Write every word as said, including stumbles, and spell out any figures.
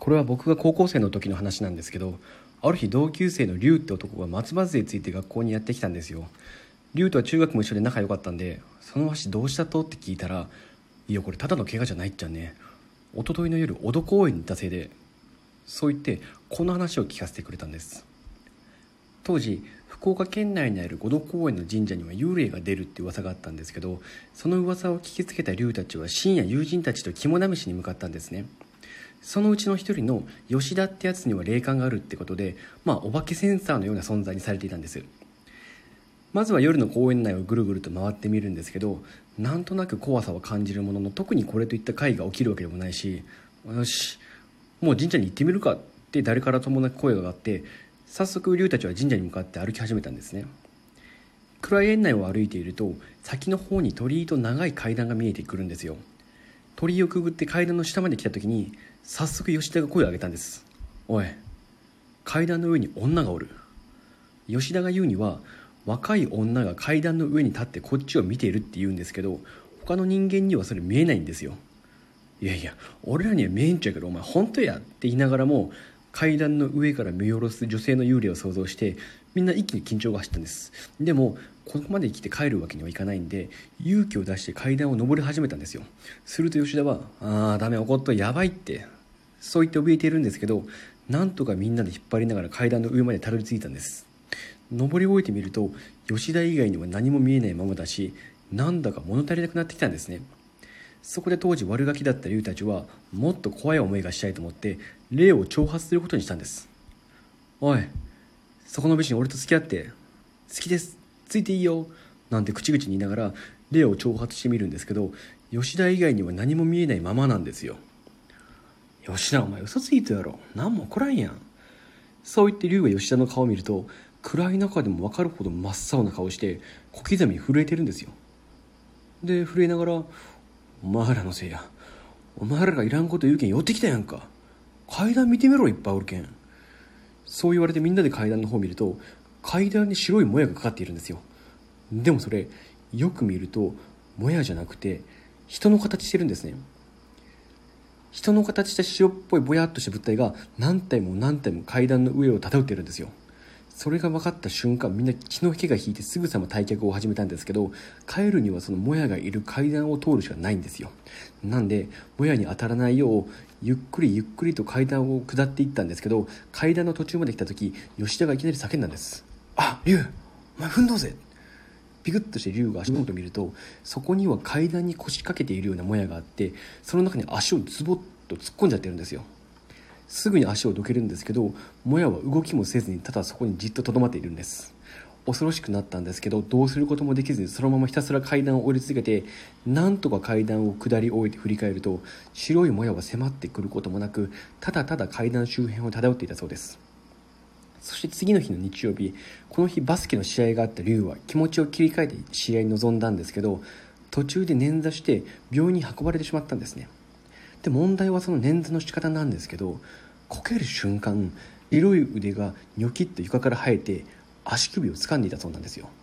これは僕が高校生の時の話なんですけど、ある日同級生のリュウって男が松葉杖ついて学校にやってきたんですよ。リュウとは中学も一緒で仲良かったんで、その足どうしたとって聞いたら、いやこれただの怪我じゃないっちゃね、一昨日の夜小戸公園に行ったせいで、そう言ってこの話を聞かせてくれたんです。当時福岡県内にある五戸公園の神社には幽霊が出るって噂があったんですけど、その噂を聞きつけた龍たちは深夜友人たちと肝試しに向かったんですね。そのうちの一人の吉田ってやつには霊感があるってことで、まあお化けセンサーのような存在にされていたんです。まずは夜の公園内をぐるぐると回ってみるんですけど、なんとなく怖さは感じるものの、特にこれといった怪が起きるわけでもないし、よしもう神社に行ってみるかって誰からともなく声が上がって、早速龍たちは神社に向かって歩き始めたんですね。暗い園内を歩いていると、先の方に鳥居と長い階段が見えてくるんですよ。鳥居をくぐって階段の下まで来た時に、早速吉田が声を上げたんです。おい、階段の上に女がおる。吉田が言うには、若い女が階段の上に立ってこっちを見ているって言うんですけど、他の人間にはそれ見えないんですよ。いやいや俺らには見えんちゃうけど、お前本当やって言いながらも、階段の上から見下ろす女性の幽霊を想像して、みんな一気に緊張が走ったんです。でもここまで来て帰るわけにはいかないんで、勇気を出して階段を登り始めたんですよ。すると吉田は、あーダメ怒っとやばいって、そう言って怯えているんですけど、なんとかみんなで引っ張りながら階段の上までたどり着いたんです。登り終えてみると、吉田以外には何も見えないままだし、なんだか物足りなくなってきたんですね。そこで当時悪ガキだった龍たちは、もっと怖い思いがしたいと思って霊を挑発することにしたんです。おい、そこの美人俺と付き合って好きです、ついていいよなんて口々に言いながら霊を挑発してみるんですけど、吉田以外には何も見えないままなんですよ。吉田お前嘘ついたやろ、何も起こらんやん。そう言って龍が吉田の顔を見ると、暗い中でも分かるほど真っ青な顔して小刻みに震えてるんですよ。で震えながら、お前らのせいや、お前らがいらんこと言うけん寄ってきたやんか、階段見てみろいっぱいおるけん。そう言われてみんなで階段の方を見ると、階段に白いもやがかかっているんですよ。でもそれよく見るともやじゃなくて人の形してるんですね。人の形した白っぽいぼやっとした物体が何体も何体も階段の上を漂っているんですよ。それが分かった瞬間、みんな気の気が引いてすぐさま退却を始めたんですけど、帰るにはそのもやがいる階段を通るしかないんですよ。なんでもやに当たらないようゆっくりゆっくりと階段を下っていったんですけど、階段の途中まで来た時、吉田がいきなり叫んだんです。あ、龍、お前踏んどうぜ。ピクッとして龍が足元を見ると、そこには階段に腰掛けているようなもやがあって、その中に足をズボッと突っ込んじゃってるんですよ。すぐに足をどけるんですけど、もやは動きもせずにただそこにじっととどまっているんです。恐ろしくなったんですけど、どうすることもできずにそのままひたすら階段を降り続けて、なんとか階段を下り終えて振り返ると、白いもやは迫ってくることもなく、ただただ階段周辺を漂っていたそうです。そして次の日の日曜日、この日バスケの試合があった龍は気持ちを切り替えて試合に臨んだんですけど、途中で捻挫して病院に運ばれてしまったんですね。で問題はその捻挫の仕方なんですけど、こける瞬間、白い腕がニョキッと床から生えて足首を掴んでいたそうなんですよ。